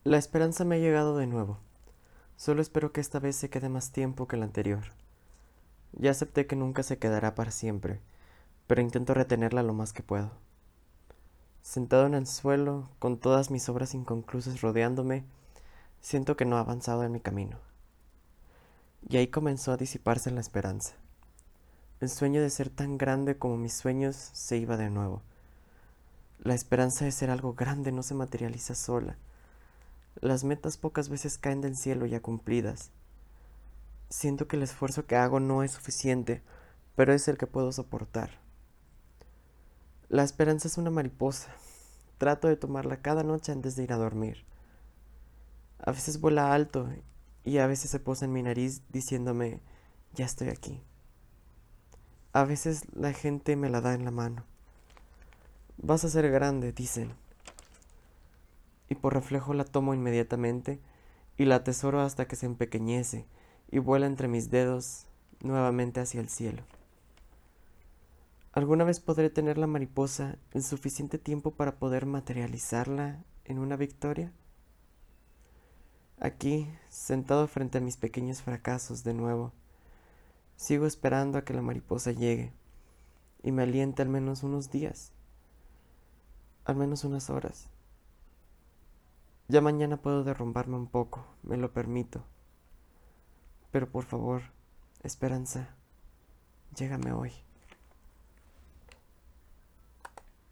La esperanza me ha llegado de nuevo. Solo espero que esta vez se quede más tiempo que la anterior. Ya acepté que nunca se quedará para siempre, pero intento retenerla lo más que puedo. Sentado en el suelo, con todas mis obras inconclusas rodeándome, siento que no he avanzado en mi camino. Y ahí comenzó a disiparse la esperanza. El sueño de ser tan grande como mis sueños se iba de nuevo. La esperanza de ser algo grande no se materializa sola. Las metas pocas veces caen del cielo ya cumplidas. Siento que el esfuerzo que hago no es suficiente, pero es el que puedo soportar. La esperanza es una mariposa. Trato de tomarla cada noche antes de ir a dormir. A veces vuela alto y a veces se posa en mi nariz diciéndome, ya estoy aquí. A veces la gente me la da en la mano. Vas a ser grande, dicen. Y por reflejo la tomo inmediatamente y la atesoro hasta que se empequeñece y vuela entre mis dedos nuevamente hacia el cielo. ¿Alguna vez podré tener la mariposa el suficiente tiempo para poder materializarla en una victoria? Aquí, sentado frente a mis pequeños fracasos de nuevo, sigo esperando a que la mariposa llegue y me aliente al menos unos días, al menos unas horas. Ya mañana puedo derrumbarme un poco, me lo permito, pero por favor, esperanza, llégame hoy.